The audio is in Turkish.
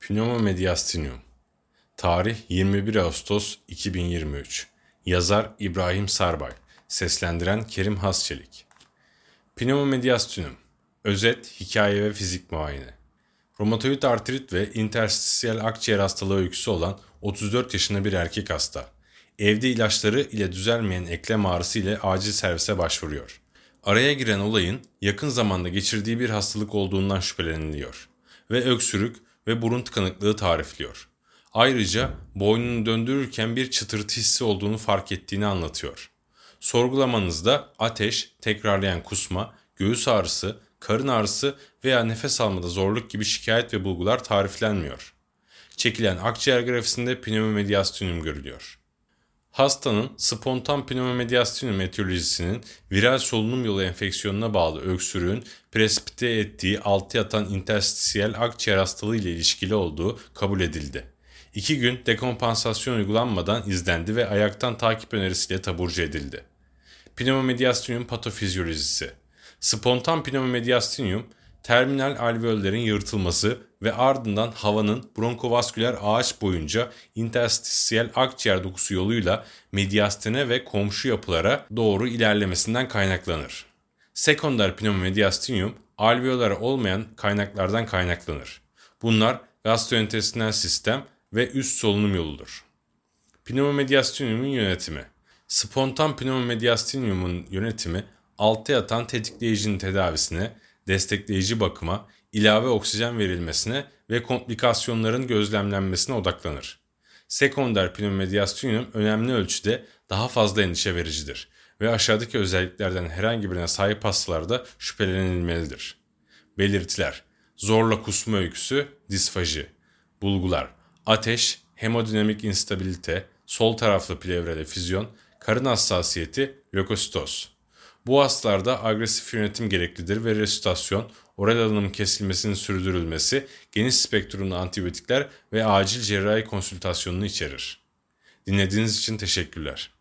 Pneumomediastinum. Tarih 21 Ağustos 2023. Yazar İbrahim Sarbay. Seslendiren Kerim Hasçelik. Pneumomediastinum. Özet, hikaye ve fizik muayene. Romatoid artrit ve interstisyal akciğer hastalığı öyküsü olan 34 yaşında bir erkek hasta. Evde ilaçları ile düzelmeyen eklem ağrısı ile acil servise başvuruyor. Araya giren olayın yakın zamanda geçirdiği bir hastalık olduğundan şüpheleniliyor ve öksürük ve burun tıkanıklığı tarifliyor. Ayrıca boynunu döndürürken bir çıtırtı hissi olduğunu fark ettiğini anlatıyor. Sorgulamanızda ateş, tekrarlayan kusma, göğüs ağrısı, karın ağrısı veya nefes almada zorluk gibi şikayet ve bulgular tariflenmiyor. Çekilen akciğer grafisinde pneumomediastinum görülüyor. Hastanın spontan pneumomediastinum etiyolojisinin viral solunum yolu enfeksiyonuna bağlı öksürüğün presipite ettiği altı yatan interstisyal akciğer hastalığı ile ilişkili olduğu kabul edildi. 2 gün dekompansasyon uygulanmadan izlendi ve ayaktan takip önerisiyle taburcu edildi. Pneumomediastinum patofizyolojisi. Spontan pneumomediastinum, terminal alveollerin yırtılması ve ardından havanın bronkovasküler ağaç boyunca interstisyal akciğer dokusu yoluyla mediastine ve komşu yapılara doğru ilerlemesinden kaynaklanır. Sekonder pneumomediastinum, alveolar olmayan kaynaklardan kaynaklanır. Bunlar gastrointestinal sistem ve üst solunum yoludur. Pneumomediastinumun yönetimi. Spontan pneumomediastinumun yönetimi, altta yatan tetikleyicinin tedavisine, destekleyici bakıma, ilave oksijen verilmesine ve komplikasyonların gözlemlenmesine odaklanır. Sekonder pneumomediastinum önemli ölçüde daha fazla endişe vericidir ve aşağıdaki özelliklerden herhangi birine sahip hastalarda şüphelenilmelidir. Belirtiler: zorla kusma öyküsü, disfaji, bulgular, ateş, hemodinamik instabilite, sol taraflı plevral efüzyon, karın hassasiyeti, lökositoz. Bu hastalarda agresif yönetim gereklidir ve resütasyon, oral alınım kesilmesinin sürdürülmesi, geniş spektrumlu antibiyotikler ve acil cerrahi konsültasyonunu içerir. Dinlediğiniz için teşekkürler.